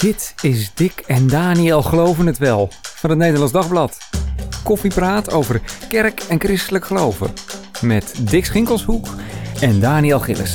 Dit is Dick en Daniel Geloven het Wel van het Nederlands Dagblad. Koffiepraat over kerk en christelijk geloven. Met Dick Schinkelshoek en Daniel Gillissen.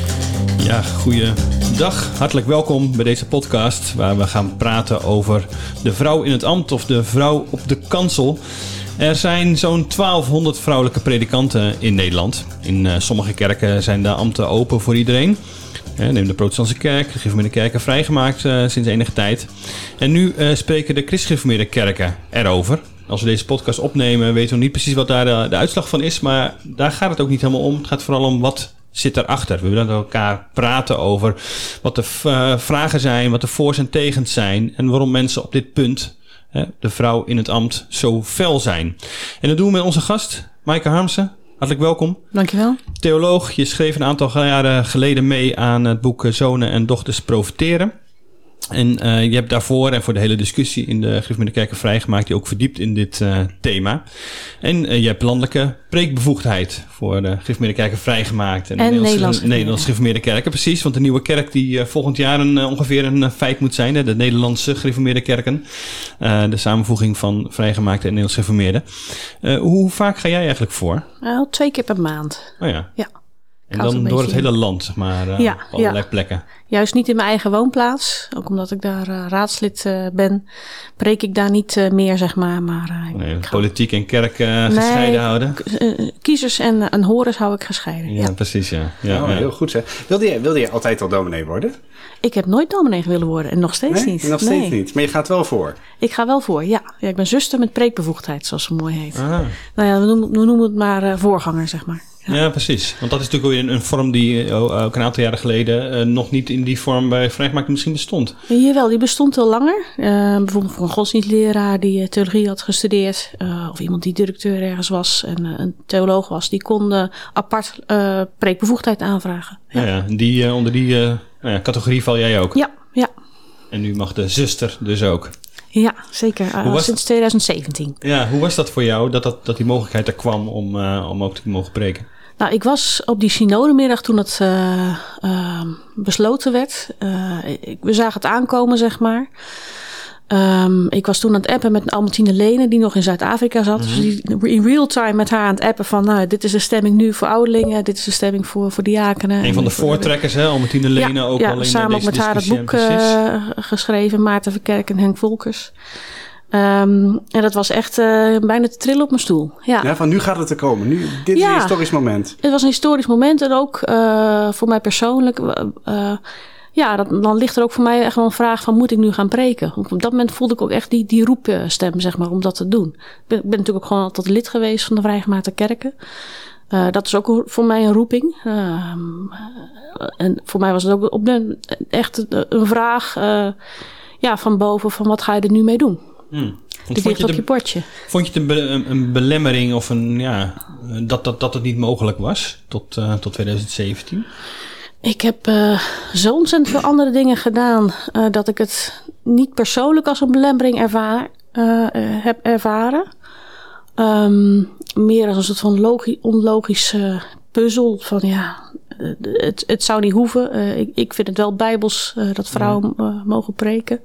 Ja, goeiedag. Hartelijk welkom bij deze podcast waar we gaan praten over de vrouw in het ambt of de vrouw op de kansel. Er zijn zo'n 1200 vrouwelijke predikanten in Nederland. In sommige kerken zijn de ambten open voor iedereen. Neem de protestantse kerk, de gereformeerde kerken vrijgemaakt sinds enige tijd. En nu spreken de christgereformeerde kerken erover. Als we deze podcast opnemen weten we niet precies wat daar de uitslag van is. Maar daar gaat het ook niet helemaal om. Het gaat vooral om wat zit erachter. We willen met elkaar praten over wat de vragen zijn, wat de voor's en tegens zijn. En waarom mensen op dit punt, de vrouw in het ambt, zo fel zijn. En dat doen we met onze gast, Maaike Harmsen. Hartelijk welkom. Dankjewel. Theoloog, je schreef een aantal jaren geleden mee aan het boek Zonen en Dochters Profeteren. En je hebt daarvoor en voor de hele discussie in de gereformeerde kerken vrijgemaakt, je ook verdiept in dit thema. En je hebt landelijke preekbevoegdheid voor de gereformeerde kerken vrijgemaakt. En Nederlandse gereformeerde kerken, precies. Want de nieuwe kerk die volgend jaar ongeveer een feit moet zijn. De Nederlandse gereformeerde kerken. De samenvoeging van vrijgemaakte en Nederlands gereformeerde. Hoe vaak ga jij eigenlijk voor? 2 keer per maand. Oh ja. Ja. En dan door het hele land, zeg maar, op allerlei plekken. Juist niet in mijn eigen woonplaats. Ook omdat ik daar raadslid ben, preek ik daar niet meer, zeg maar. Politiek en kerk gescheiden houden? Kiezers en horens hou ik gescheiden. Ja, precies, ja. Heel goed, zeg. Wilde je altijd al dominee worden? Ik heb nooit dominee willen worden en nog steeds niet. Nog steeds niet, maar je gaat wel voor? Ik ga wel voor, ja. Ik ben zuster met preekbevoegdheid, zoals ze mooi heet. Aha. Nou ja, we noemen het maar voorganger, zeg maar. Ja, precies. Want dat is natuurlijk ook een vorm die ook een aantal jaren geleden nog niet in die vorm bij vrijgemaakt misschien bestond. Jawel, die bestond al langer. Bijvoorbeeld voor een godsdienstleraar die theologie had gestudeerd. Of iemand die directeur ergens was en een theoloog was. Die kon apart preekbevoegdheid aanvragen. Ja. Onder die categorie val jij ook? Ja. En nu mag de zuster dus ook? Ja, zeker. Sinds 2017. Ja, hoe was dat voor jou dat die mogelijkheid er kwam om ook te mogen preken? Nou, ik was op die synodemiddag toen het besloten werd. We zagen het aankomen, zeg maar. Ik was toen aan het appen met Albertine Lene, die nog in Zuid-Afrika zat. Dus in real time met haar aan het appen van, nou, dit is de stemming nu voor ouderlingen, dit is de stemming voor diakenen. Een van de voortrekkers, hè, Albertine Lene ook al in samen ook met haar het boek geschreven, Maarten Verkerk en Henk Volkers. En dat was echt bijna te trillen op mijn stoel. Ja, van nu gaat het er komen. Dit is een historisch moment. Het was een historisch moment en ook voor mij persoonlijk. Dan ligt er ook voor mij echt wel een vraag van, moet ik nu gaan preken? Op dat moment voelde ik ook echt die roepstem, zeg maar, om dat te doen. Ik ben natuurlijk ook gewoon altijd lid geweest van de vrijgemaakte kerken. Dat is ook voor mij een roeping. En voor mij was het ook echt een vraag van boven, van wat ga je er nu mee doen? Dit ligt op je bordje. Vond je het een belemmering of dat het niet mogelijk was tot 2017? Ik heb zo ontzettend veel andere dingen gedaan dat ik het niet persoonlijk als een belemmering heb ervaren. Meer als een soort van onlogische puzzel van het zou niet hoeven. Ik vind het wel bijbels dat vrouwen mogen preken.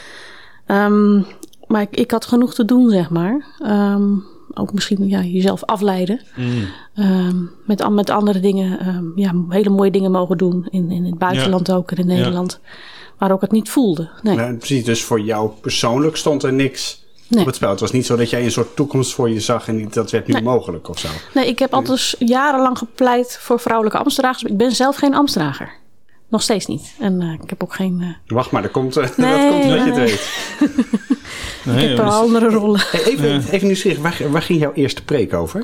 Maar ik had genoeg te doen, zeg maar. Ook misschien jezelf afleiden. Met andere dingen. Hele mooie dingen mogen doen. In het buitenland ook. En in Nederland. Maar ook het niet voelde. Nee. Precies, dus voor jou persoonlijk stond er niks op het spel. Het was niet zo dat jij een soort toekomst voor je zag. En dat werd nu mogelijk of zo. Nee, ik heb altijd jarenlang gepleit voor vrouwelijke ambtsdragers. Ik ben zelf geen ambtsdrager. Nog steeds niet. En ik heb ook geen... Wacht maar, dat komt dat je het weet. Ik heb andere rollen. Even nieuwsgierig, waar ging jouw eerste preek over?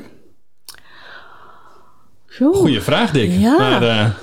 Goeie vraag, Dick. Ja. Maar,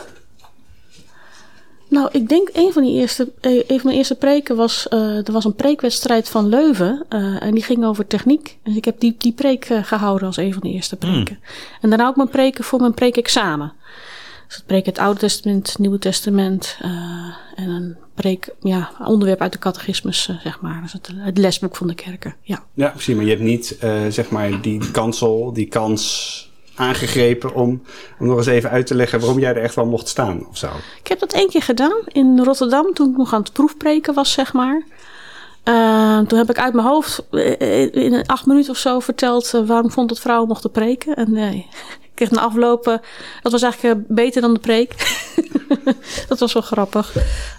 nou, ik denk een van mijn eerste preken was... er was een preekwedstrijd van Leuven. En die ging over techniek. Dus ik heb die preek gehouden als een van de eerste preken. En daarna ook mijn preken voor mijn preekexamen. Dus ik preek het Oude Testament, het Nieuwe Testament. En een preek, onderwerp uit de catechismus, zeg maar. Dus het lesboek van de kerken, ja. Ja, precies. Maar je hebt niet, zeg maar, die kansel, die kans aangegrepen om nog eens even uit te leggen waarom jij er echt wel mocht staan of zo? Ik heb dat 1 keer gedaan in Rotterdam toen ik nog aan het proefpreken was, zeg maar. Toen heb ik uit mijn hoofd in 8 minuten of zo verteld waarom ik vond dat vrouwen mochten preken. En ik kreeg na aflopen, dat was eigenlijk beter dan de preek. Dat was wel grappig.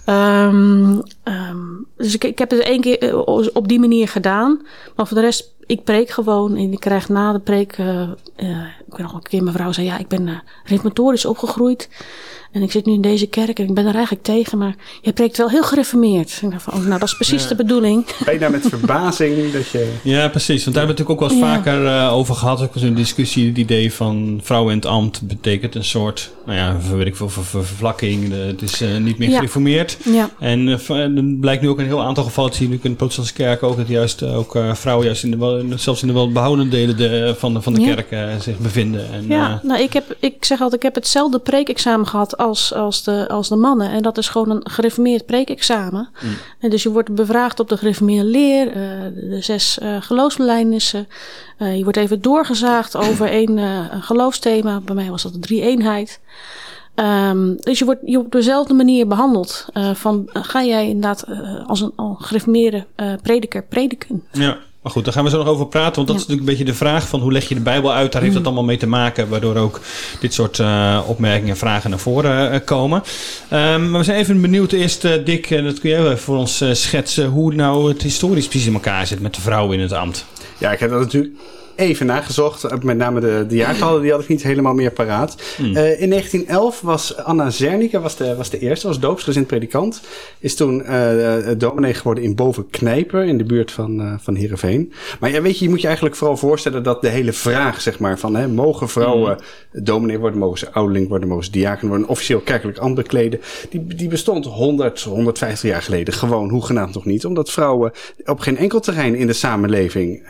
Dus ik heb het 1 keer op die manier gedaan. Maar voor de rest, ik preek gewoon. En ik krijg na de preek, ik weet nog een keer, mijn vrouw zei, ja, ik ben reformatorisch opgegroeid. En ik zit nu in deze kerk en ik ben er eigenlijk tegen, maar je preekt wel heel gereformeerd. Ik dacht van, nou, dat is precies de bedoeling. Ben je daar met verbazing dat je... Ja, precies. Want daar hebben we het natuurlijk ook wel eens vaker over gehad. Ook was een discussie, het idee van vrouw in het ambt betekent een soort, weet ik veel, vervlakking. Het is niet meer gereformeerd. Ja. En er blijkt nu ook in een heel aantal gevallen te zien, nu in de protestantse kerk ook, dat juist ook vrouwen juist zelfs in de wel behouden delen van de kerk zich bevinden. En, ik zeg altijd, ik heb hetzelfde preekexamen gehad als de mannen. En dat is gewoon een gereformeerd preekexamen. En dus je wordt bevraagd op de gereformeerde leer, de 6 geloofsbelijdenis. Je wordt even doorgezaagd over een geloofsthema. Bij mij was dat de 3-eenheid. Dus je wordt op dezelfde manier behandeld. Ga jij inderdaad als een gereformeerde prediker prediken? Ja. Maar goed, daar gaan we zo nog over praten. Want dat is natuurlijk een beetje de vraag van hoe leg je de Bijbel uit. Daar heeft dat allemaal mee te maken. Waardoor ook dit soort opmerkingen en vragen naar voren komen. Maar we zijn even benieuwd eerst, Dick. Dat kun jij even voor ons schetsen. Hoe nou het historisch precies in elkaar zit met de vrouwen in het ambt. Ja, ik heb dat natuurlijk even nagezocht. Met name de jaartallen, die had ik niet helemaal meer paraat. In 1911 was Anna Zernike was de eerste, was doopsgezind predikant. Is toen dominee geworden in Bovenknijpen, in de buurt van Heerenveen. Maar ja, weet je moet je eigenlijk vooral voorstellen dat de hele vraag, zeg maar, van mogen vrouwen dominee worden, mogen ze ouderling worden, mogen ze diaken worden, officieel kerkelijk ambt bekleden, die bestond 150 jaar geleden gewoon hoegenaamd nog niet. Omdat vrouwen op geen enkel terrein in de samenleving,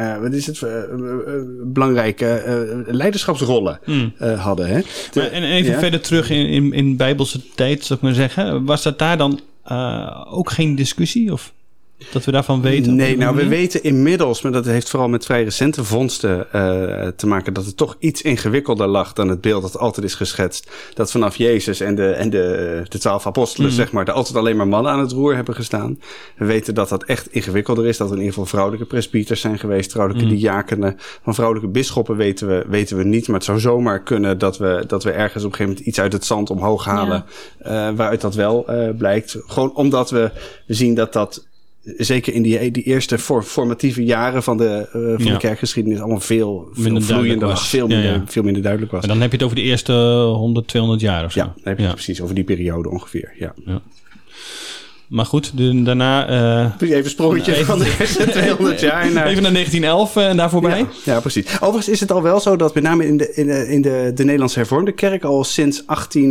belangrijke leiderschapsrollen hadden. Hè? En even verder terug in Bijbelse tijd, zou ik maar zeggen. Was dat daar dan ook geen discussie? Of dat we daarvan weten? Nee, we weten inmiddels, maar dat heeft vooral met vrij recente vondsten te maken, dat het toch iets ingewikkelder lag dan het beeld dat altijd is geschetst. Dat vanaf Jezus en de 12 apostelen, zeg maar, er altijd alleen maar mannen aan het roer hebben gestaan. We weten dat dat echt ingewikkelder is, dat er in ieder geval vrouwelijke presbyters zijn geweest, vrouwelijke diakenen. Van vrouwelijke bisschoppen weten we niet, maar het zou zomaar kunnen dat we ergens op een gegeven moment iets uit het zand omhoog halen, waaruit dat wel blijkt. Gewoon omdat we zien dat zeker in die eerste formatieve jaren van de kerkgeschiedenis allemaal veel vloeiender was. Veel minder duidelijk was. En dan heb je het over de eerste 100, 200 jaar of zo. Ja, dan heb je het precies over die periode ongeveer. Ja. Maar goed, daarna... even een sprongetje van de eerste 200 jaar. Even naar 1911 en daar voorbij. Ja, precies. Overigens is het al wel zo dat met name in de Nederlandse hervormde kerk al sinds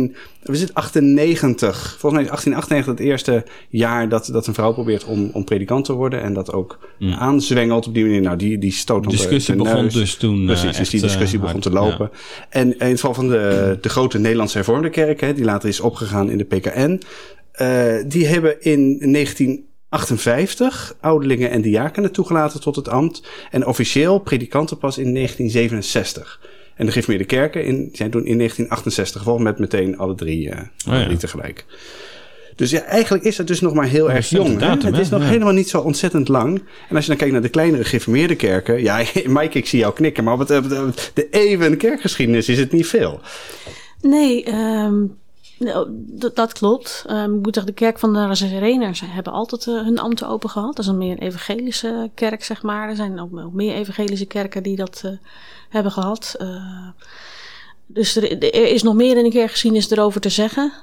1898... Volgens mij is 1898 het eerste jaar dat een vrouw probeert om predikant te worden. En dat ook aanzwengelt op die manier. Nou, die stoot de discussie begon dus toen. Precies, dus die discussie begon te lopen. Ja. En in het geval van de grote Nederlandse hervormde kerk, die later is opgegaan in de PKN... die hebben in 1958 ouderlingen en diakenen toegelaten tot het ambt. En officieel predikanten pas in 1967. En de gereformeerde kerken zijn toen in 1968 gevolgd met meteen alle drie tegelijk. Dus ja, eigenlijk is het dus nog maar heel erg jong. Het is nog helemaal niet zo ontzettend lang. En als je dan kijkt naar de kleinere gereformeerde kerken... Ja, Mike, ik zie jou knikken. Maar op de eeuwen kerkgeschiedenis is het niet veel. Nee, dat klopt. Ik moet zeggen, de kerk van de Nazarener hebben altijd hun ambten open gehad. Dat is een meer evangelische kerk, zeg maar. Er zijn ook meer evangelische kerken die dat hebben gehad. Dus er is nog meer in de kerkgeschiedenis erover te zeggen.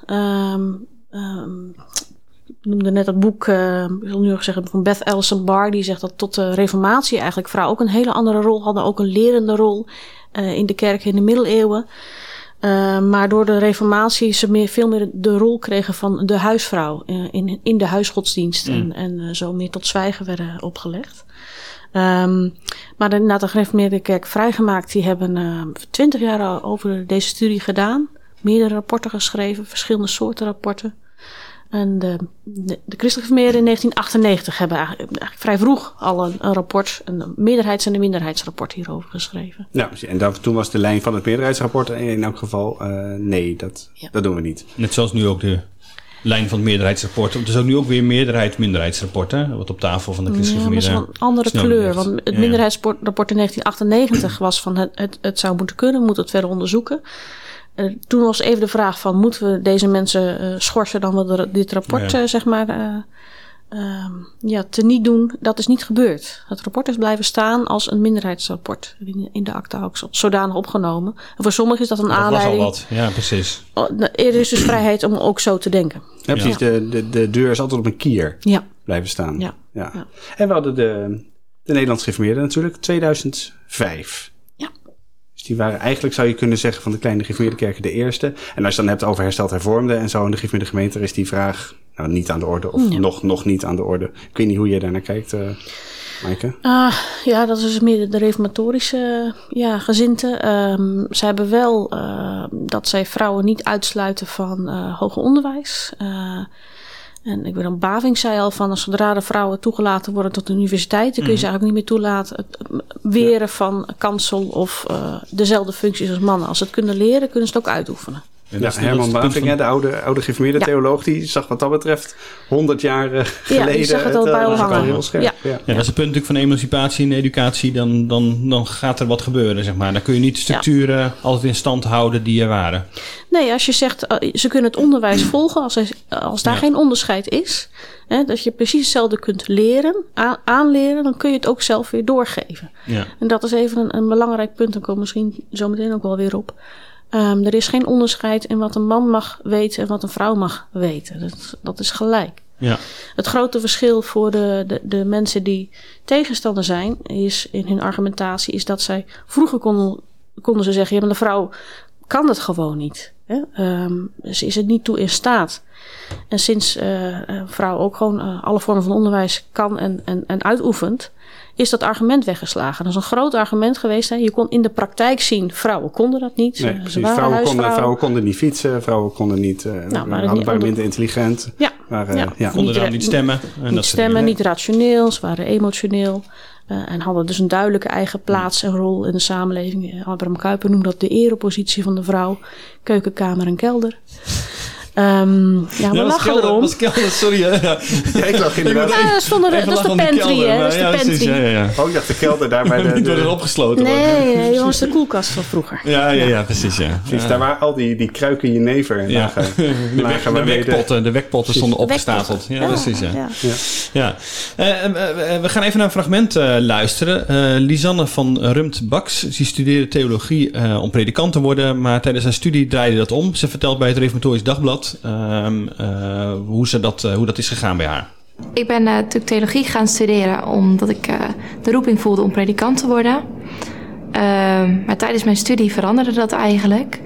Ik noemde net het boek, ik wil nu ook zeggen, van Beth Allison Barr. Die zegt dat tot de reformatie eigenlijk vrouwen ook een hele andere rol hadden. Ook een lerende rol in de kerk in de middeleeuwen. Maar door de reformatie ze veel meer de rol kregen van de huisvrouw in de huisgodsdienst. En zo meer tot zwijgen werden opgelegd. Maar inderdaad de gereformeerde kerk vrijgemaakt. Die hebben 20 jaar over deze studie gedaan. Meerdere rapporten geschreven, verschillende soorten rapporten. En de christelijke gemeenten in 1998 hebben eigenlijk vrij vroeg al een rapport, een meerderheids- en een minderheidsrapport hierover geschreven. Ja, en toen was de lijn van het meerderheidsrapport in elk geval, nee, dat doen we niet. Net zoals nu ook de lijn van het meerderheidsrapport. Het is ook nu ook weer meerderheid-minderheidsrapport, hè? Wat op tafel van de christelijke gemeente. Ja, maar het is wel een andere kleur. Want het minderheidsrapport in 1998 was van het zou moeten kunnen, moet het verder onderzoeken. Toen was even de vraag van, moeten we deze mensen schorsen dan we dit rapport teniet doen? Dat is niet gebeurd. Het rapport is blijven staan als een minderheidsrapport. In de acta ook zodanig opgenomen. En voor sommigen is dat een aanleiding. Dat was al wat, ja precies. Er is dus vrijheid om ook zo te denken. Ja, precies. Ja. De deur is altijd op een kier blijven staan. Ja. En we hadden de Nederlandse gereformeerden natuurlijk, 2005. Dus die waren eigenlijk, zou je kunnen zeggen, van de kleine gereformeerde kerken de eerste. En als je dan hebt over hersteld hervormde en zo in de gereformeerde gemeente, is die vraag niet aan de orde. Of nog niet aan de orde. Ik weet niet hoe je daar naar kijkt, Maaike. Dat is dus meer de reformatorische gezinte. Ze hebben wel dat zij vrouwen niet uitsluiten van hoger onderwijs. En ik weet dan, Bavink zei al van, zodra de vrouwen toegelaten worden tot de universiteit, dan kun je ze eigenlijk niet meer toelaten. Het weren van kansel of dezelfde functies als mannen. Als ze het kunnen leren, kunnen ze het ook uitoefenen. Herman Bavink, de oude gereformeerde theoloog, die zag wat dat betreft 100 jaar geleden. Ja, die zag het al bij hangen. Heel scherp. Ja, dat is het punt natuurlijk van emancipatie en educatie. Dan gaat er wat gebeuren, zeg maar. Dan kun je niet structuren altijd in stand houden die er waren. Nee, als je zegt, ze kunnen het onderwijs volgen als daar geen onderscheid is. Hè, dat je precies hetzelfde kunt leren, aanleren, dan kun je het ook zelf weer doorgeven. Ja. En dat is even een belangrijk punt. Dan komen we misschien zo meteen ook wel weer op. Er is geen onderscheid in wat een man mag weten en wat een vrouw mag weten. Dat is gelijk. Ja. Het grote verschil voor de mensen die tegenstander zijn, is in hun argumentatie, is dat zij vroeger konden ze zeggen, ja, maar de vrouw kan het gewoon niet. Hè? Ze is er niet toe in staat. En sinds een vrouw ook gewoon alle vormen van onderwijs kan en uitoefent, is dat argument weggeslagen. Dat is een groot argument geweest. Hè. Je kon in de praktijk zien, vrouwen konden dat niet. Nee, ze waren vrouwen konden niet fietsen, vrouwen konden niet, waren minder intelligent. Konden dan niet stemmen. Niet rationeel, ze waren emotioneel. En hadden dus een duidelijke eigen plaats en rol in de samenleving. Abraham Kuyper noemde dat de erepositie van de vrouw. Keukenkamer en kelder. We lachen erom. Dat was kelder, sorry. Ja, ik lag inderdaad. Dat is de pantry, hè? Dat is de pantry. Oh, ik dacht de kelder daar bij de... Niet worden opgesloten. Nee, dat was de koelkast van vroeger. Ja, precies, ja. Precies, daar waren al die kruiken jenever lagen. De wekpotten stonden opgestapeld. Ja, precies, ja. We gaan even naar een fragment luisteren. Lisanne van Rumpt-Baks, die studeerde theologie om predikant te worden, maar tijdens haar studie draaide dat om. Ze vertelt bij het Reformatorisch Dagblad hoe dat is gegaan bij haar. Ik ben natuurlijk theologie gaan studeren omdat ik de roeping voelde om predikant te worden. Maar tijdens mijn studie veranderde dat eigenlijk.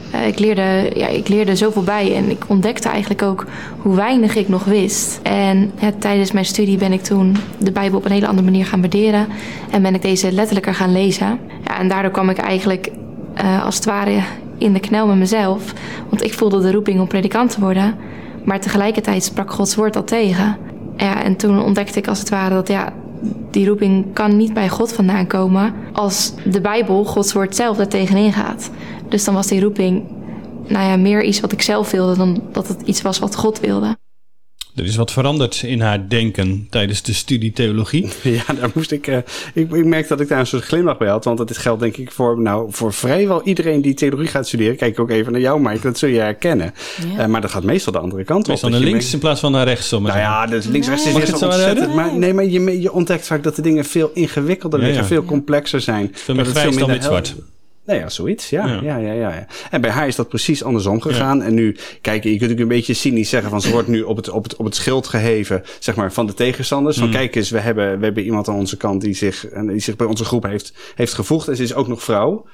Ik leerde zoveel bij en ik ontdekte eigenlijk ook hoe weinig ik nog wist. En tijdens mijn studie ben ik toen de Bijbel op een hele andere manier gaan waarderen en ben ik deze letterlijker gaan lezen. Ja, en daardoor kwam ik eigenlijk als het ware in de knel met mezelf. Want ik voelde de roeping om predikant te worden. Maar tegelijkertijd sprak Gods woord dat tegen. Ja, en toen ontdekte ik als het ware dat die roeping kan niet bij God vandaan komen als de Bijbel, Gods woord zelf, daar tegenin gaat. Dus dan was die roeping meer iets wat ik zelf wilde dan dat het iets was wat God wilde. Er is wat veranderd in haar denken tijdens de studie theologie. Ja, daar moest ik merk dat ik daar een soort glimlach bij had. Want dat geldt denk ik voor vrijwel iedereen die theologie gaat studeren. Kijk ook even naar jou, Mike, dat zul je herkennen. Ja. Maar dat gaat meestal de andere kant op. Meestal naar links in plaats van naar rechts. Dus links-rechts is best wel ontzettend. Maar je ontdekt vaak dat de dingen veel ingewikkelder liggen, veel complexer zijn. Veel meer grijs dan wit-zwart. Nou ja, zoiets. Ja. En bij haar is dat precies andersom gegaan. Ja. En nu, kijk, je kunt ook een beetje cynisch zeggen van ze wordt nu op het schild geheven, zeg maar, van de tegenstanders. Van kijk eens, we hebben iemand aan onze kant die zich bij onze groep heeft gevoegd. En ze is ook nog vrouw.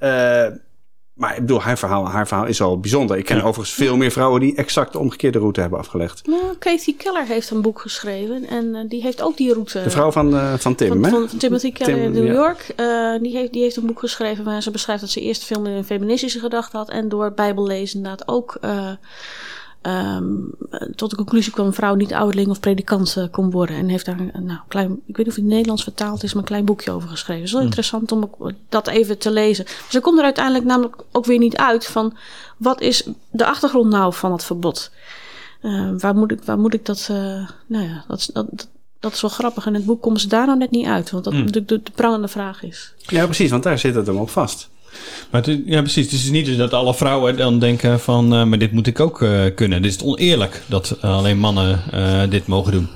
Maar ik bedoel, haar verhaal is al bijzonder. Ik ken overigens veel meer vrouwen die exact de omgekeerde route hebben afgelegd. Nou, Katie Keller heeft een boek geschreven en die heeft ook die route. De vrouw van Tim, hè? Van Timothy Keller in New York. Die heeft een boek geschreven waar ze beschrijft dat ze eerst veel meer een feministische gedachte had en door bijbellezen inderdaad ook tot de conclusie kwam... een vrouw niet ouderling of predikant kon worden. En heeft daar een klein... ik weet niet of het in het Nederlands vertaald is... maar een klein boekje over geschreven. Het is wel interessant om dat even te lezen. Ze komt er uiteindelijk namelijk ook weer niet uit... van wat is de achtergrond nou van het verbod? Waar moet ik dat... dat is wel grappig. In het boek komen ze daar nou net niet uit. Want dat natuurlijk de prangende vraag is. Ja, precies. Want daar zit het hem op vast. Maar precies. Het is niet dus dat alle vrouwen dan denken van... maar dit moet ik ook kunnen. Dit is oneerlijk dat alleen mannen dit mogen doen.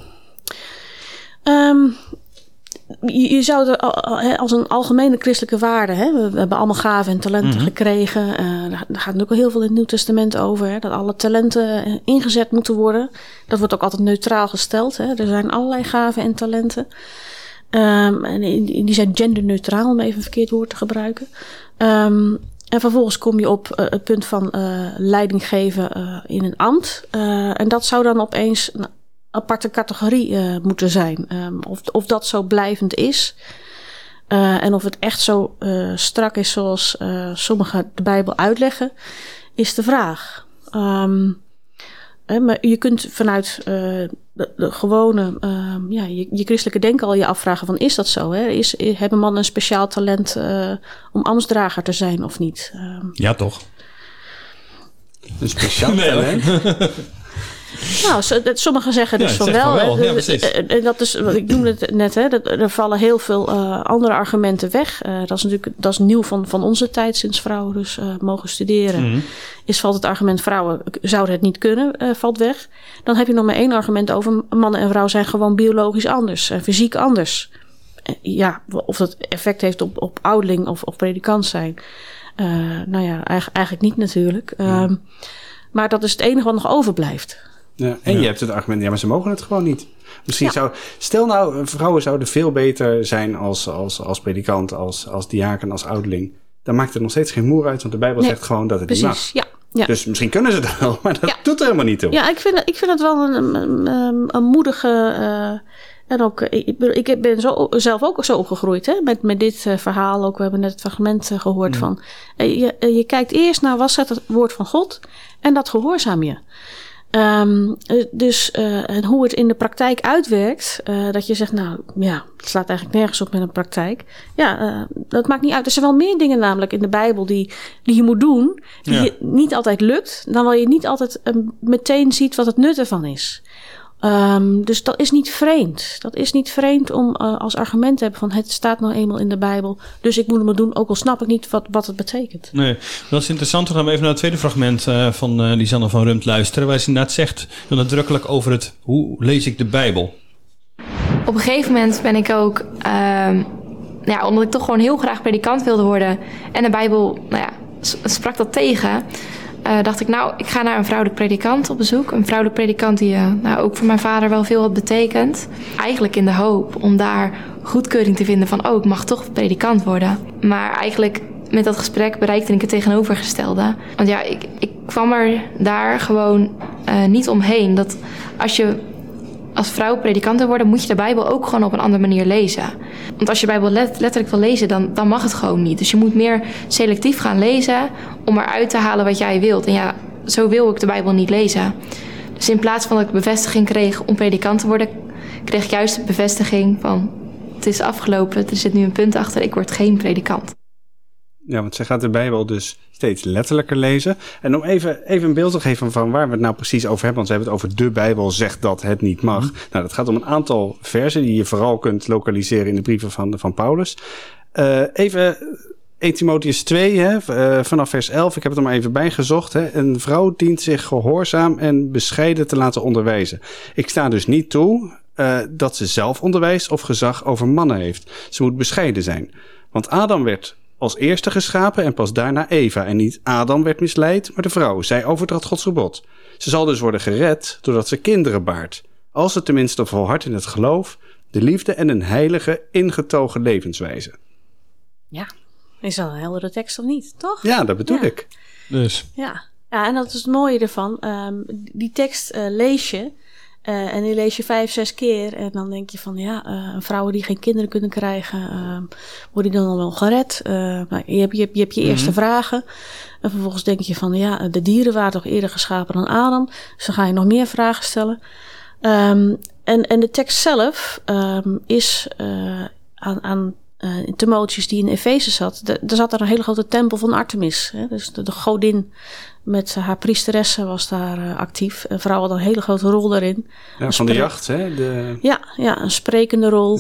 Je zou er als een algemene christelijke waarde... Hè, we hebben allemaal gaven en talenten gekregen. Daar gaat natuurlijk al heel veel in het Nieuw Testament over. Hè, dat alle talenten ingezet moeten worden. Dat wordt ook altijd neutraal gesteld. Hè. Er zijn allerlei gaven en talenten. En die zijn genderneutraal, om even een verkeerd woord te gebruiken. En vervolgens kom je op het punt van leiding geven in een ambt. En dat zou dan opeens... aparte categorie moeten zijn. Of dat zo blijvend is. En of het echt zo strak is zoals sommigen de Bijbel uitleggen, is de vraag. Maar je kunt vanuit de gewone, je christelijke denken al je afvragen van, is dat zo? Hè? Hebben mannen een speciaal talent om ambtsdrager te zijn of niet? Ja, toch? Een speciaal talent? Nou, sommigen zeggen dus van wel. Ja, precies. Dat is, ik noemde het net, hè, er vallen heel veel andere argumenten weg. Dat is nieuw van onze tijd, sinds vrouwen dus mogen studeren. Valt het argument vrouwen zouden het niet kunnen, valt weg. Dan heb je nog maar één argument over mannen en vrouwen zijn gewoon biologisch anders, fysiek anders. Of dat effect heeft op ouderling of predikant zijn. Eigenlijk niet natuurlijk. Maar dat is het enige wat nog overblijft. Ja, en je hebt het argument, maar ze mogen het gewoon niet. Misschien stel nou, vrouwen zouden veel beter zijn als predikant, als diaken, als ouderling. Dan maakt het nog steeds geen moer uit, want de Bijbel zegt gewoon dat het niet mag. Ja. Dus misschien kunnen ze dat wel, maar dat doet er helemaal niet toe. Ja, ik vind het wel een moedige... en ook, ik ben zelf ook zo opgegroeid, hè, met dit verhaal. Ook, we hebben net het fragment gehoord van... Je kijkt eerst naar wat staat het woord van God en dat gehoorzaam je. En hoe het in de praktijk uitwerkt, dat je zegt, het slaat eigenlijk nergens op met een praktijk. Dat maakt niet uit. Er zijn wel meer dingen namelijk in de Bijbel die je moet doen, die je niet altijd lukt, dan wel je niet altijd meteen ziet wat het nut ervan is. Dus dat is niet vreemd. Dat is niet vreemd om als argument te hebben van het staat nou eenmaal in de Bijbel, dus ik moet het maar doen, ook al snap ik niet wat het betekent. Nee, dat is interessant. We gaan even naar het tweede fragment van Lisanne van Rumpt luisteren, waar ze inderdaad zegt heel nadrukkelijk over het hoe lees ik de Bijbel. Op een gegeven moment ben ik ook, omdat ik toch gewoon heel graag predikant wilde worden en de Bijbel, sprak dat tegen. Dacht ik, ik ga naar een vrouwelijk predikant op bezoek. Een vrouwelijk predikant die ook voor mijn vader wel veel had betekend. Eigenlijk in de hoop om daar goedkeuring te vinden van... ik mag toch predikant worden. Maar eigenlijk met dat gesprek bereikte ik het tegenovergestelde. Want ik kwam er daar gewoon niet omheen. Dat als je als vrouw predikant wil worden, moet je de Bijbel ook gewoon op een andere manier lezen. Want als je de Bijbel letterlijk wil lezen, dan mag het gewoon niet. Dus je moet meer selectief gaan lezen om eruit te halen wat jij wilt. En zo wil ik de Bijbel niet lezen. Dus in plaats van dat ik bevestiging kreeg om predikant te worden, kreeg ik juist de bevestiging van het is afgelopen, er zit nu een punt achter, ik word geen predikant. Ja, want zij gaat de Bijbel dus steeds letterlijker lezen. En om even een beeld te geven van waar we het nou precies over hebben, want ze hebben het over de Bijbel zegt dat het niet mag. Nou, dat gaat om een aantal versen die je vooral kunt lokaliseren in de brieven van Paulus. Even 1 Timotheüs 2, vanaf vers 11, ik heb het er maar even bijgezocht. Een vrouw dient zich gehoorzaam en bescheiden te laten onderwijzen. Ik sta dus niet toe dat ze zelf onderwijst of gezag over mannen heeft. Ze moet bescheiden zijn. Want Adam werd als eerste geschapen en pas daarna Eva. En niet Adam werd misleid, maar de vrouw. Zij overtrad Gods gebod. Ze zal dus worden gered doordat ze kinderen baart. Als ze tenminste volhardt in het geloof, de liefde en een heilige, ingetogen levenswijze. Ja, is dat een heldere tekst of niet, toch? Ja, dat bedoel ik. Dus. Ja, en dat is het mooie ervan. Die tekst lees je En die lees je 5-6 keer. En dan denk je van vrouwen die geen kinderen kunnen krijgen, worden die dan wel gered? Je hebt je eerste vragen. En vervolgens denk je van de dieren waren toch eerder geschapen dan Adam. Dus dan ga je nog meer vragen stellen. En de tekst zelf is aan Timotheus die in Efeze zat. Er zat daar een hele grote tempel van Artemis. Hè? Dus de godin met haar priesteressen was daar actief. Een vrouw had een hele grote rol daarin. Ja, van de jacht, hè? Ja, een sprekende rol.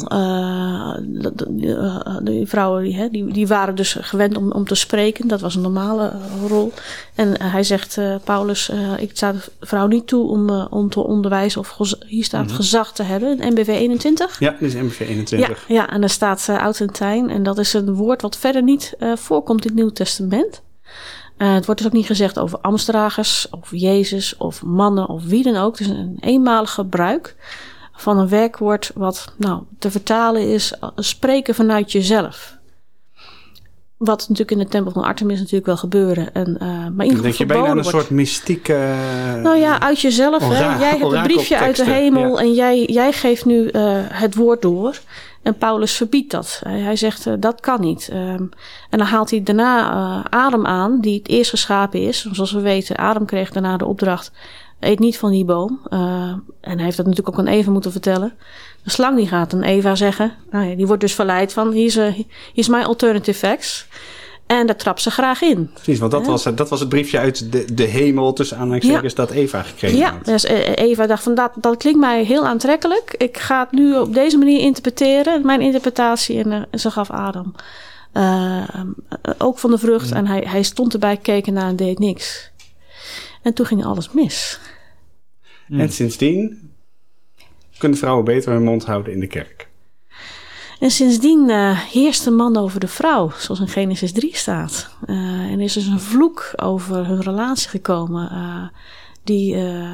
Die vrouwen die waren dus gewend om te spreken. Dat was een normale rol. En hij zegt, Paulus, ik sta de vrouw niet toe om te onderwijzen of hier staat gezag te hebben. NBV 21. Ja, dit is NBV 21. Ja, en daar staat Authentijn. En dat is een woord wat verder niet voorkomt in het Nieuw Testament. Het wordt dus ook niet gezegd over ambtsdragers of Jezus of mannen of wie dan ook. Het is een eenmalig gebruik van een werkwoord wat te vertalen is spreken vanuit jezelf. Wat natuurlijk in de tempel van Artemis natuurlijk wel gebeurde. Maar in denk je bijna aan een soort mystieke... uit jezelf. Jij hebt een briefje uit de hemel en jij geeft nu het woord door. En Paulus verbiedt dat. Hij zegt, dat kan niet. En dan haalt hij daarna Adam aan, die het eerst geschapen is. Zoals we weten, Adam kreeg daarna de opdracht, eet niet van die boom. En hij heeft dat natuurlijk ook aan Eva moeten vertellen. De slang die gaat aan Eva zeggen, die wordt dus verleid van, hier is my alternative facts. En daar trapt ze graag in. Precies, want dat was het briefje uit de hemel tussen aanhalingstekens dat Eva gekregen had. Ja, dus Eva dacht van dat klinkt mij heel aantrekkelijk. Ik ga het nu op deze manier interpreteren. Mijn interpretatie. En ze gaf Adam ook van de vrucht. En hij stond erbij, keek ernaar en deed niks. En toen ging alles mis. En sindsdien kunnen vrouwen beter hun mond houden in de kerk. En sindsdien heerst de man over de vrouw, zoals in Genesis 3 staat. En er is dus een vloek over hun relatie gekomen die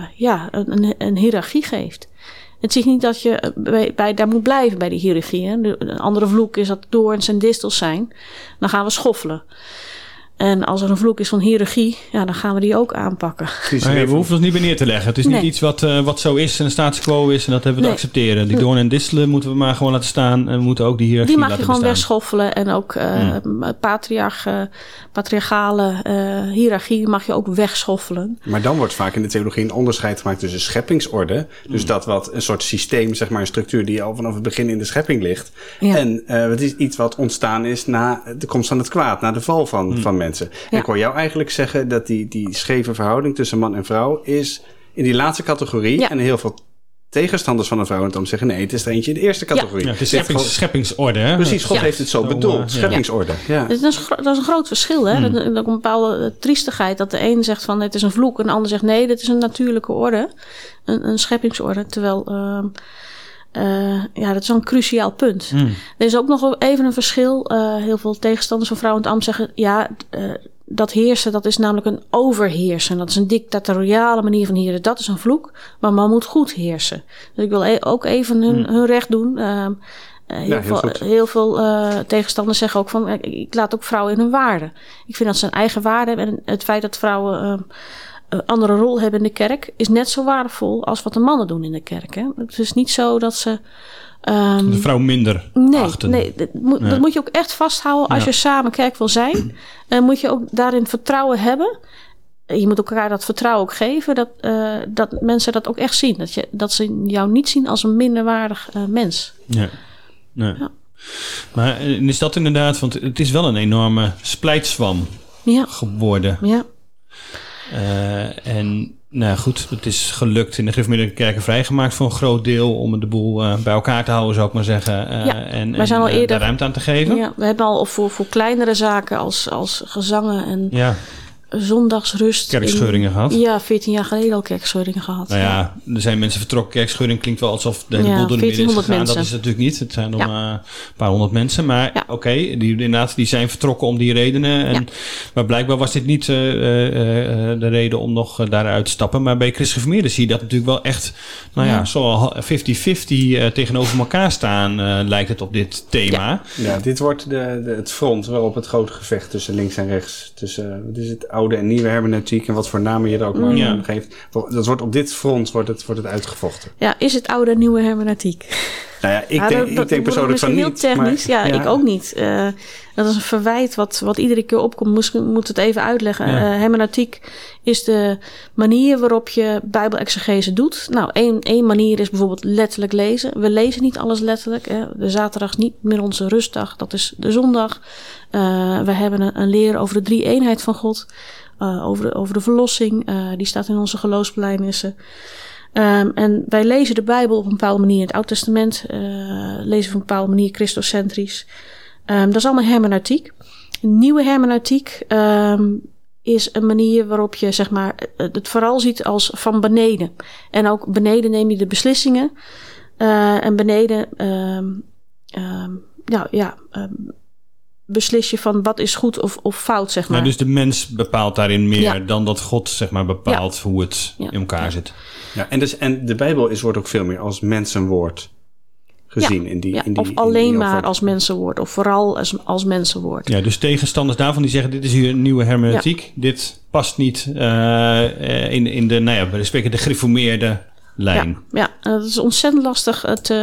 een hiërarchie geeft. Het is niet dat je daar moet blijven bij die hiërarchie. Hè. Een andere vloek is dat doorns en distels zijn. Dan gaan we schoffelen. En als er een vloek is van hiërarchie, dan gaan we die ook aanpakken. We hoeven ons niet meer neer te leggen. Het is niet iets wat zo is en een status quo is en dat hebben we te accepteren. Die doorn en distelen moeten we maar gewoon laten staan en we moeten ook die hiërarchie laten bestaan. Die mag je gewoon wegschoffelen en ook patriarchale hiërarchie mag je ook wegschoffelen. Maar dan wordt vaak in de theologie een onderscheid gemaakt tussen scheppingsorde. Dus dat wat een soort systeem, zeg maar een structuur die al vanaf het begin in de schepping ligt. Ja. En het is iets wat ontstaan is na de komst van het kwaad, na de val van mensen. En ik hoor jou eigenlijk zeggen dat die scheve verhouding tussen man en vrouw is in die laatste categorie. Ja. En heel veel tegenstanders van een vrouw dan zeggen nee, het is er eentje in de eerste categorie. Ja, het is scheppingsorde. Hè? Precies, God heeft het zo bedoeld. Scheppingsorde. Ja. Dat is een groot verschil. Hè? Dat is een bepaalde triestigheid dat de een zegt van het is een vloek en de ander zegt nee, dit is een natuurlijke orde. Een scheppingsorde. Terwijl... dat is wel een cruciaal punt. Er is ook nog even een verschil. Heel veel tegenstanders van Vrouwen in het Ambt zeggen... dat heersen, dat is namelijk een overheersen. Dat is een dictatoriale manier van heersen. Dat is een vloek, maar man moet goed heersen. Dus ik wil ook even hun recht doen. Heel veel tegenstanders zeggen ook van... ik laat ook vrouwen in hun waarde. Ik vind dat ze een eigen waarde hebben. En het feit dat vrouwen... een andere rol hebben in de kerk is net zo waardevol als wat de mannen doen in de kerk. Hè? Het is niet zo dat ze... de vrouw minder achten. Nee, dat moet je ook echt vasthouden. Als je samen kerk wil zijn, moet je ook daarin vertrouwen hebben. Je moet elkaar dat vertrouwen ook geven. Dat mensen dat ook echt zien. Dat ze jou niet zien als een minderwaardig mens. Ja. Maar is dat inderdaad... Want het is wel een enorme splijtswam geworden. Ja. Goed, het is gelukt in de gereformeerde kerken vrijgemaakt voor een groot deel om de boel bij elkaar te houden, zou ik maar zeggen. Wij zijn al eerder daar ruimte aan te geven. Ja, we hebben al voor kleinere zaken als gezangen en zondagsrust. Kerkscheuringen gehad. Ja, 14 jaar geleden al kerkscheuringen gehad. Nou ja, er zijn mensen vertrokken. Kerkscheuring klinkt wel alsof de hele boel door de midden is gegaan. Mensen. Dat is natuurlijk niet. Het zijn nog een paar honderd mensen. Maar die zijn vertrokken om die redenen. Maar blijkbaar was dit niet de reden om nog daaruit te stappen. Maar bij christgeformeerden zie je dat natuurlijk wel echt... zo 50-50 tegenover elkaar staan lijkt het op dit thema. Ja, dit wordt het front waarop het grote gevecht tussen links en rechts... tussen, wat is het, oude en nieuwe hermeneutiek en wat voor namen je er ook maar geeft. Dat wordt op dit front wordt het uitgevochten. Ja, is het oude en nieuwe hermeneutiek? Nou ja, ik denk persoonlijk van niet. Heel technisch, maar, ik ook niet. Dat is een verwijt wat iedere keer opkomt. Moet het even uitleggen. Hermeneutiek is de manier waarop je bijbelexegese doet. Nou, één manier is bijvoorbeeld letterlijk lezen. We lezen niet alles letterlijk. De zaterdag is niet meer onze rustdag. Dat is de zondag. We hebben een leer over de drie-eenheid van God. Over de verlossing. Die staat in onze geloofsbelijdenissen. En wij lezen de Bijbel op een bepaalde manier. In het Oude Testament lezen we op een bepaalde manier christocentrisch. Dat is allemaal hermeneutiek. Een nieuwe hermeneutiek is een manier waarop je zeg maar het vooral ziet als van beneden. En ook beneden neem je de beslissingen. En beneden beslis je van wat is goed of fout, zeg maar. Ja, dus de mens bepaalt daarin meer dan dat God zeg maar bepaalt hoe het in elkaar zit. Ja, en de Bijbel wordt ook veel meer als mensenwoord gezien. In die of alleen maar als mensenwoord. Of vooral als mensenwoord. Ja, dus tegenstanders daarvan die zeggen dit is hier een nieuwe hermeneutiek. Ja. Dit past niet in de, we spreken de gereformeerde lijn. Ja, dat is ontzettend lastig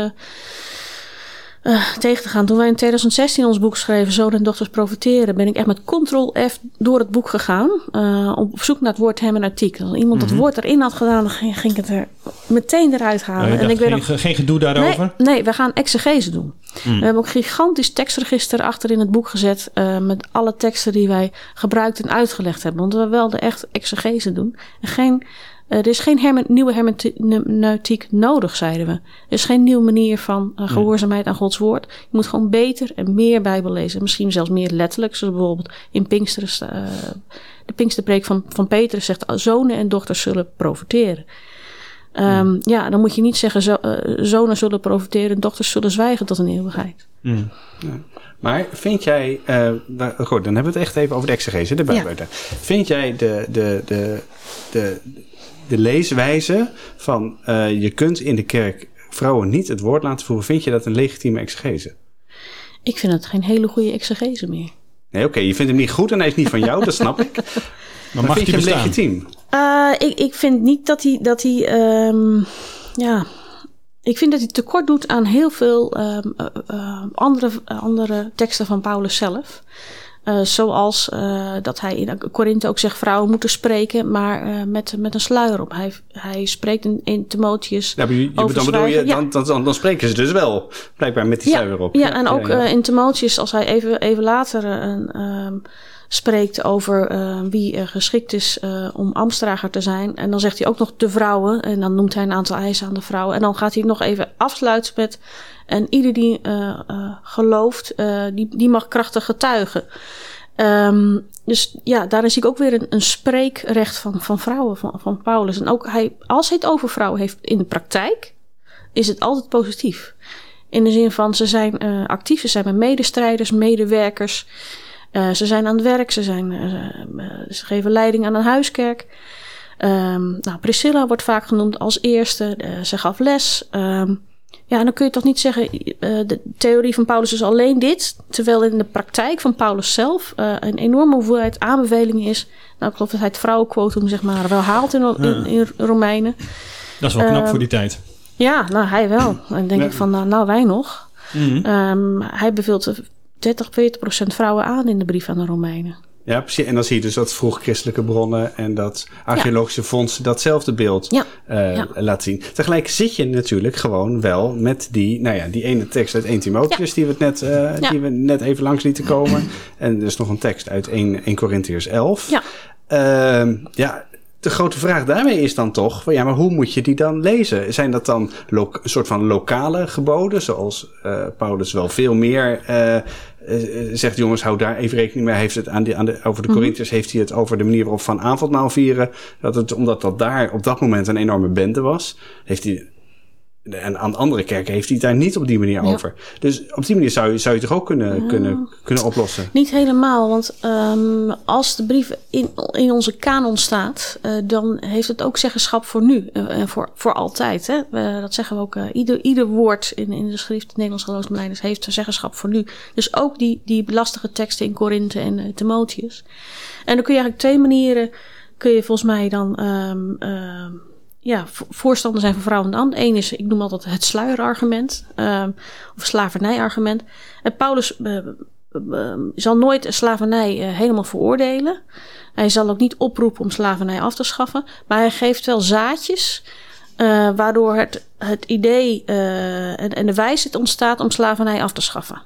tegen te gaan. Toen wij in 2016 ons boek schreven, Zonen en Dochters Profeteren, ben ik echt met Ctrl-F door het boek gegaan. Op zoek naar het woord hermeneutiek. Als iemand dat woord erin had gedaan, dan ging ik het er meteen eruit halen. En ik geen gedoe daarover? Nee, we gaan exegese doen. We hebben ook een gigantisch tekstregister achter in het boek gezet. Met alle teksten die wij gebruikt en uitgelegd hebben. Want we wilden echt exegese doen. Er is geen nieuwe hermeneutiek nodig, zeiden we. Er is geen nieuwe manier van gehoorzaamheid aan Gods woord. Je moet gewoon beter en meer Bijbel lezen. Misschien zelfs meer letterlijk. Zoals bijvoorbeeld in Pinksteren, de Pinksterpreek van Petrus zegt, zonen en dochters zullen profeteren. Dan moet je niet zeggen, zonen zullen profeteren en dochters zullen zwijgen tot een eeuwigheid. Ja. Maar vind jij, goed, dan hebben we het echt even over de exegese, de Bijbel. Ja. Vind jij de leeswijze van je kunt in de kerk vrouwen niet het woord laten voeren, vind je dat een legitieme exegese? Ik vind het geen hele goede exegese meer. Nee, oké, je vindt hem niet goed en hij is niet van jou, dat snap ik. Maar mag vind je hem legitiem? Ik vind niet dat hij ik vind dat hij tekort doet aan heel veel andere teksten van Paulus zelf. Zoals dat hij in Korinthe ook zegt, vrouwen moeten spreken, maar met een sluier op. Hij spreekt in Timotheus over zwijgen. Dan spreken ze dus wel, blijkbaar met die sluier op. Ja, en ook in Timotheus, als hij even later spreekt over wie geschikt is om ambtsdrager te zijn. En dan zegt hij ook nog de vrouwen. En dan noemt hij een aantal eisen aan de vrouwen. En dan gaat hij nog even afsluiten met, en ieder die gelooft, die mag krachtig getuigen. Dus ja, daarin zie ik ook weer een spreekrecht van vrouwen, van Paulus. En ook als hij het over vrouwen heeft in de praktijk, is het altijd positief. In de zin van, ze zijn actief, ze zijn met medestrijders, medewerkers. Ze zijn aan het werk, ze geven leiding aan een huiskerk. Priscilla wordt vaak genoemd als eerste. Ze gaf les. En dan kun je toch niet zeggen, de theorie van Paulus is alleen dit. Terwijl in de praktijk van Paulus zelf een enorme hoeveelheid aanbevelingen is. Nou, ik geloof dat hij het vrouwenquotum zeg maar wel haalt in Romeinen. Dat is wel knap voor die tijd. Ja, nou hij wel. En denk ik van, wij nog. Hij beveelt 30-40% vrouwen aan in de brief aan de Romeinen. Ja, precies. En dan zie je dus dat vroeg-christelijke bronnen en dat archeologische fondsen datzelfde beeld laten zien. Tegelijk zit je natuurlijk gewoon wel met die ene tekst uit 1 Timotheus die we net even langs lieten komen. En er is nog een tekst uit 1 Korintiërs 11. De grote vraag daarmee is dan toch, maar hoe moet je die dan lezen? Zijn dat dan een soort van lokale geboden, zoals Paulus wel veel meer zegt, jongens, hou daar even rekening mee. Hij heeft het over de Korintiërs heeft hij het over de manier waarop van avondmaal vieren. Omdat dat daar op dat moment een enorme bende was, heeft hij En aan andere kerken heeft hij het daar niet op die manier over. Dus op die manier zou je toch ook kunnen oplossen? Niet helemaal, want als de brief in onze kanon staat, dan heeft het ook zeggenschap voor nu en voor altijd. Hè? Dat zeggen we ook. Ieder woord in de schrift, de Nederlandse geloofsbelijdenis, heeft zeggenschap voor nu. Dus ook die lastige teksten in Korinthe en Timotheus. En dan kun je eigenlijk 2 manieren, kun je volgens mij dan voorstander zijn van vrouw en ambt. Eén is, ik noem altijd het sluierargument, of slavernijargument. En Paulus zal nooit slavernij helemaal veroordelen. Hij zal ook niet oproepen om slavernij af te schaffen. Maar hij geeft wel zaadjes, waardoor het idee en de wijsheid ontstaat om slavernij af te schaffen.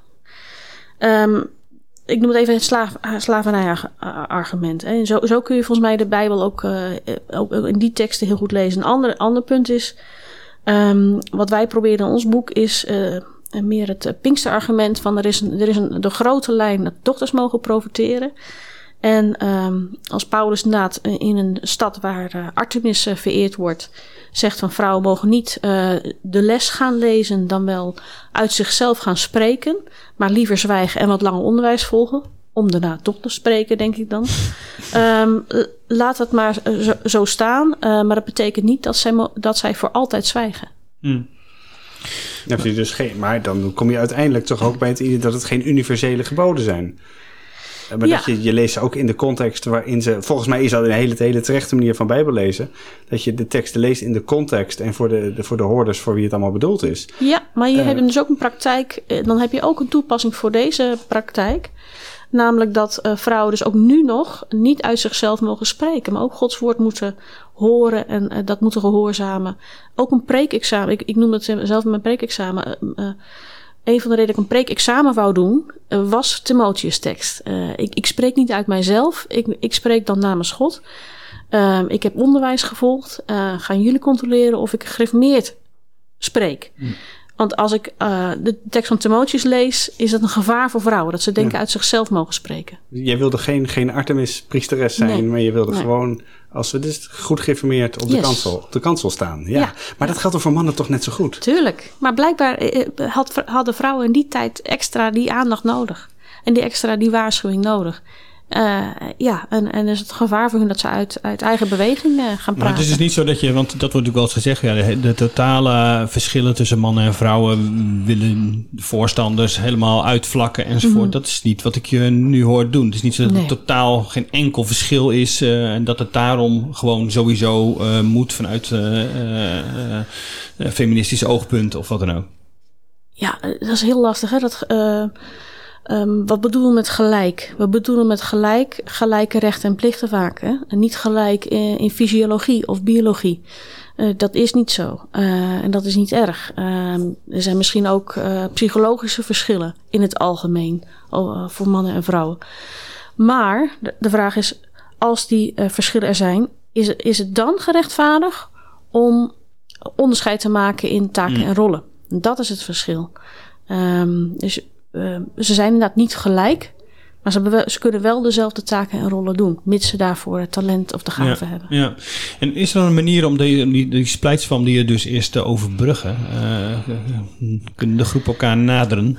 Ik noem het even het slavernijargument. En zo kun je volgens mij de Bijbel ook in die teksten heel goed lezen. Een ander punt is, wat wij proberen in ons boek, is meer het Pinksterargument van er is de grote lijn dat dochters mogen profiteren. En als Paulus inderdaad in een stad waar Artemis vereerd wordt, zegt van vrouwen mogen niet de les gaan lezen, dan wel uit zichzelf gaan spreken, maar liever zwijgen en wat langer onderwijs volgen. Om daarna toch te spreken, denk ik dan. Laat het maar zo staan, maar dat betekent niet dat zij voor altijd zwijgen. Ja, dus maar dan kom je uiteindelijk toch ook bij het idee dat het geen universele geboden zijn. Maar dat je leest ze ook in de context waarin ze... Volgens mij is dat een hele terechte manier van Bijbel lezen. Dat je de teksten leest in de context en voor de hoorders voor wie het allemaal bedoeld is. Ja, maar je hebt dus ook een praktijk. Dan heb je ook een toepassing voor deze praktijk. Namelijk dat vrouwen dus ook nu nog niet uit zichzelf mogen spreken. Maar ook Gods woord moeten horen en dat moeten gehoorzamen. Ook een preekexamen. Ik noem het zelf mijn preekexamen. Een van de redenen dat ik een preekexamen wou doen, was Timotheus tekst. Ik spreek niet uit mijzelf. Ik spreek dan namens God. Ik heb onderwijs gevolgd. Gaan jullie controleren of ik gereformeerd spreek? Want als ik de tekst van Timotheus lees, is dat een gevaar voor vrouwen. Dat ze denken uit zichzelf mogen spreken. Jij wilde geen Artemis-priesteres zijn, maar je wilde gewoon, als we dus goed gereformeerd op de kansel staan. Ja. Maar dat geldt er voor mannen toch net zo goed? Tuurlijk. Maar blijkbaar hadden vrouwen in die tijd extra die aandacht nodig. En die waarschuwing nodig. En is het gevaar voor hun dat ze uit eigen beweging gaan praten. Maar het is dus niet zo dat je, want dat wordt natuurlijk wel eens gezegd, de totale verschillen tussen mannen en vrouwen willen de voorstanders helemaal uitvlakken enzovoort. Mm-hmm. Dat is niet wat ik je nu hoor doen. Het is niet zo dat er totaal geen enkel verschil is en dat het daarom gewoon sowieso moet vanuit feministisch oogpunt of wat dan ook. Ja, dat is heel lastig, hè? Wat bedoelen we met gelijk? We bedoelen met gelijke rechten en plichten vaak. Hè? En niet gelijk in fysiologie of biologie. Dat is niet zo. En dat is niet erg. Er zijn misschien ook psychologische verschillen in het algemeen voor mannen en vrouwen. Maar de vraag is, als die verschillen er zijn, is het dan gerechtvaardigd om onderscheid te maken in taken en rollen? Dat is het verschil. Ze zijn inderdaad niet gelijk, maar ze kunnen wel dezelfde taken en rollen doen, mits ze daarvoor het talent of de gave hebben. Ja. En is er een manier om die splijtswam die je dus eerst te overbruggen? Kunnen de groep elkaar naderen?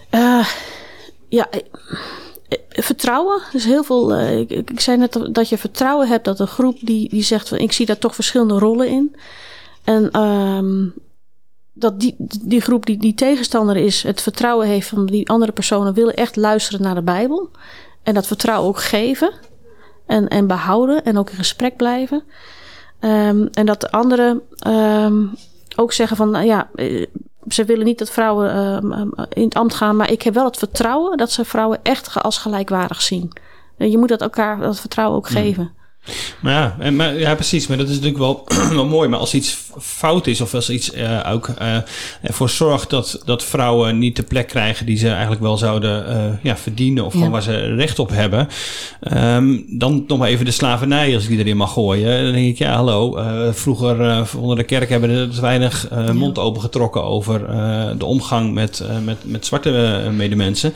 Vertrouwen. Dus heel veel. Ik zei net dat je vertrouwen hebt dat een groep die zegt van ik zie daar toch verschillende rollen in. En dat die groep die tegenstander is, het vertrouwen heeft van die andere personen willen echt luisteren naar de Bijbel. En dat vertrouwen ook geven en behouden en ook in gesprek blijven. En dat de anderen ook zeggen van ze willen niet dat vrouwen in het ambt gaan, maar ik heb wel het vertrouwen dat ze vrouwen echt als gelijkwaardig zien. Je moet elkaar dat vertrouwen ook geven. Maar precies. Maar dat is natuurlijk wel mooi. Maar als iets fout is of als iets ook ervoor zorgt dat vrouwen niet de plek krijgen die ze eigenlijk wel zouden verdienen of van waar ze recht op hebben, dan nog maar even de slavernij als ik die erin mag gooien. Dan denk ik, vroeger onder de kerk hebben er te weinig mond opengetrokken over de omgang met zwarte medemensen.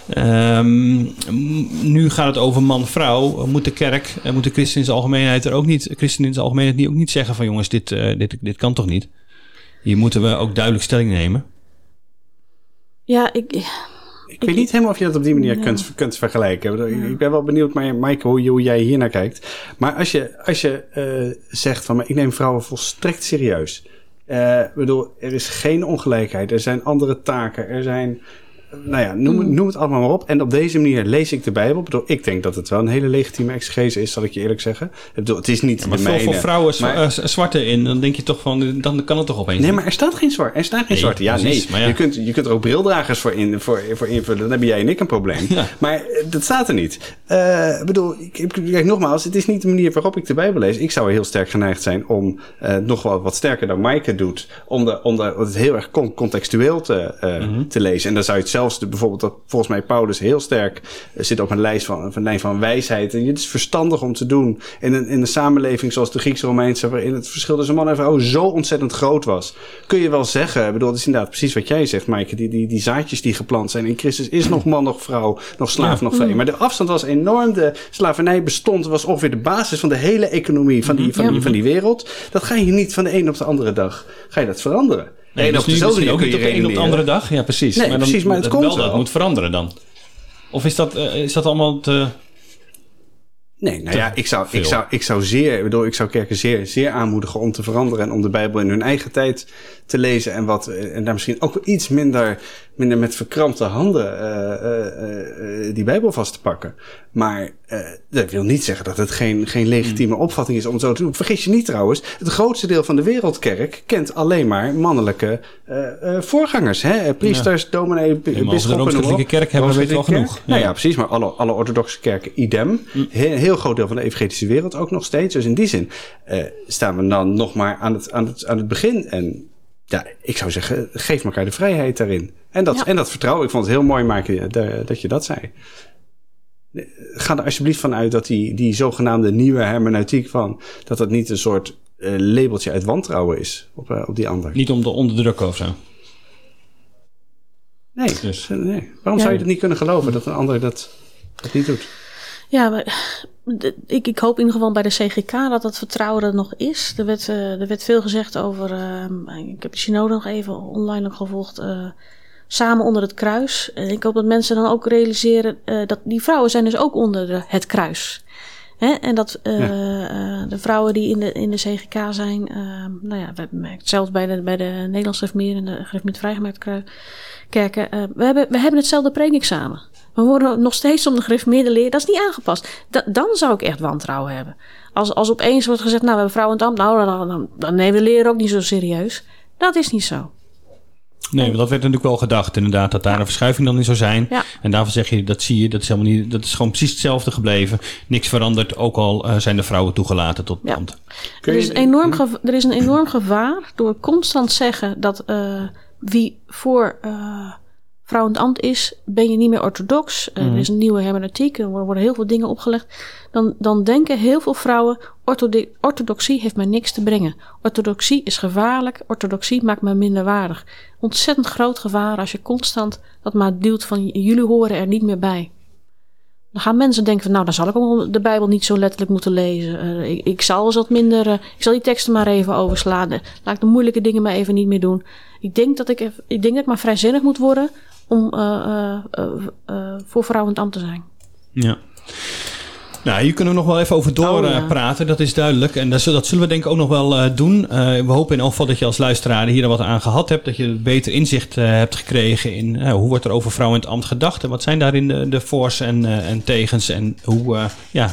Nu gaat het over man-vrouw. Moet de kerk, moet de christen in zijn algemeenheid ook niet zeggen van jongens, dit kan toch niet? Hier moeten we ook duidelijk stelling nemen. Ja, Ik weet niet helemaal of je dat op die manier kunt vergelijken. Ik ben wel benieuwd, Maaike, hoe jij hier naar kijkt. Maar als je zegt van, ik neem vrouwen volstrekt serieus. Er is geen ongelijkheid. Er zijn andere taken. Er zijn... noem het allemaal maar op. En op deze manier lees ik de Bijbel. Ik denk dat het wel een hele legitieme exegese is, zal ik je eerlijk zeggen. Het is niet maar de mijne. Voor vrouwen zwarte in, dan denk je toch van, dan kan het toch opeens. Nee, maar er staat geen zwart. zwarte. Ja, precies, nee. Je kunt er ook brildragers voor invullen. Dan hebben jij en ik een probleem. Ja. Maar dat staat er niet. Kijk, nogmaals, het is niet de manier waarop ik de Bijbel lees. Ik zou heel sterk geneigd zijn om nog wel wat sterker dan Maaike doet, om het heel erg contextueel te lezen. En dan zou je het zelfs bijvoorbeeld dat volgens mij Paulus heel sterk zit op een lijn van wijsheid. En het is verstandig om te doen in een samenleving zoals de Grieks-Romeinse, waarin het verschil tussen man en vrouw zo ontzettend groot was. Kun je wel zeggen, het is inderdaad precies wat jij zegt, Maaike, die zaadjes die geplant zijn in Christus is nog man, nog vrouw, nog slaaf, nog vrij. Maar de afstand was enorm. De slavernij was ongeveer de basis van de hele economie van die wereld. Dat ga je niet van de een op de andere dag, ga je dat veranderen. Nee, dus nu misschien ook niet op de een op de andere dag. Ja, precies. Nee, precies, maar het komt wel. Dat moet veranderen dan. Of is dat allemaal te... Nee, ik zou kerken zeer aanmoedigen om te veranderen en om de Bijbel in hun eigen tijd te lezen en daar misschien ook iets minder met verkrampte handen die Bijbel vast te pakken. Maar dat wil niet zeggen dat het geen legitieme opvatting is om het zo te doen. Vergis je niet trouwens, het grootste deel van de wereldkerk kent alleen maar mannelijke voorgangers. Hè? Priesters, dominee, bisschoppen. Als we de Rooms-Katholieke kerk hebben, weten we al genoeg. Nou ja, precies, maar alle orthodoxe kerken idem. Heel groot deel van de evangelische wereld ook nog steeds. Dus in die zin staan we dan nog maar aan het begin. En ja, ik zou zeggen, geef elkaar de vrijheid daarin. En dat vertrouwen. Ik vond het heel mooi, Maaike, dat je dat zei. Ga er alsjeblieft van uit dat die zogenaamde nieuwe hermeneutiek van, dat niet een soort labeltje uit wantrouwen is op die ander. Niet om te onderdrukken of zo. Nee. Dus. Nee. Waarom zou je dat niet kunnen geloven dat een ander dat niet doet? Ja, maar ik hoop in ieder geval bij de CGK dat vertrouwen er nog is. Er werd veel gezegd over, ik heb de synode nog even online nog gevolgd, samen onder het kruis. En ik hoop dat mensen dan ook realiseren dat die vrouwen zijn dus ook onder het kruis. Hè? En dat de vrouwen die in de CGK zijn, we merken het zelfs bij de Nederlandse Gereformeerde en de Gereformeerd Vrijgemaakte kerken. We hebben hetzelfde preekexamen. We worden nog steeds om de gereformeerde leer. Dat is niet aangepast. Dan zou ik echt wantrouwen hebben. Als opeens wordt gezegd, we hebben vrouwen in het ambt. Dan nemen we de leer ook niet zo serieus. Dat is niet zo. Nee, want dat werd natuurlijk wel gedacht inderdaad, dat daar een verschuiving dan niet zou zijn. Ja. En daarvan zeg je, dat zie je, dat is helemaal niet, dat is gewoon precies hetzelfde gebleven. Niks veranderd, ook al zijn de vrouwen toegelaten tot het ambt. Er is een enorm gevaar door constant zeggen dat wie voor vrouw in het ambt is, ben je niet meer orthodox. Er is een nieuwe hermeneutiek, er worden heel veel dingen opgelegd. Dan denken heel veel vrouwen, orthodoxie heeft mij niks te brengen. Orthodoxie is gevaarlijk, orthodoxie maakt mij minderwaardig. Ontzettend groot gevaar als je constant dat maar duwt van jullie horen er niet meer bij. Dan gaan mensen denken van, dan zal ik ook de Bijbel niet zo letterlijk moeten lezen. Ik zal eens wat minder, ik zal die teksten maar even overslaan. Laat ik de moeilijke dingen maar even niet meer doen. Ik denk dat ik maar vrijzinnig moet worden om voor vrouwen in het ambt te zijn. Ja. Nou, hier kunnen we nog wel even over doorpraten, dat is duidelijk. En dat zullen we denk ik ook nog wel doen. We hopen in elk geval dat je als luisteraar hier wat aan gehad hebt. Dat je beter inzicht hebt gekregen in hoe wordt er over vrouwen in het ambt gedacht. En wat zijn daarin de voor's en tegens. En hoe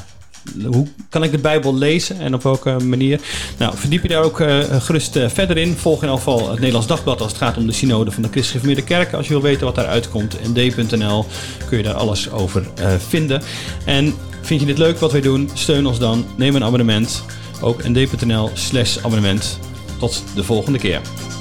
kan ik de Bijbel lezen en op welke manier? Nou, verdiep je daar ook gerust verder in. Volg in elk geval het Nederlands Dagblad als het gaat om de synode van de Christelijke Gereformeerde Kerk. Als je wil weten wat daaruit komt, nd.nl kun je daar alles over vinden. En vind je dit leuk wat wij doen? Steun ons dan. Neem een abonnement. Ook nd.nl/abonnement. Tot de volgende keer.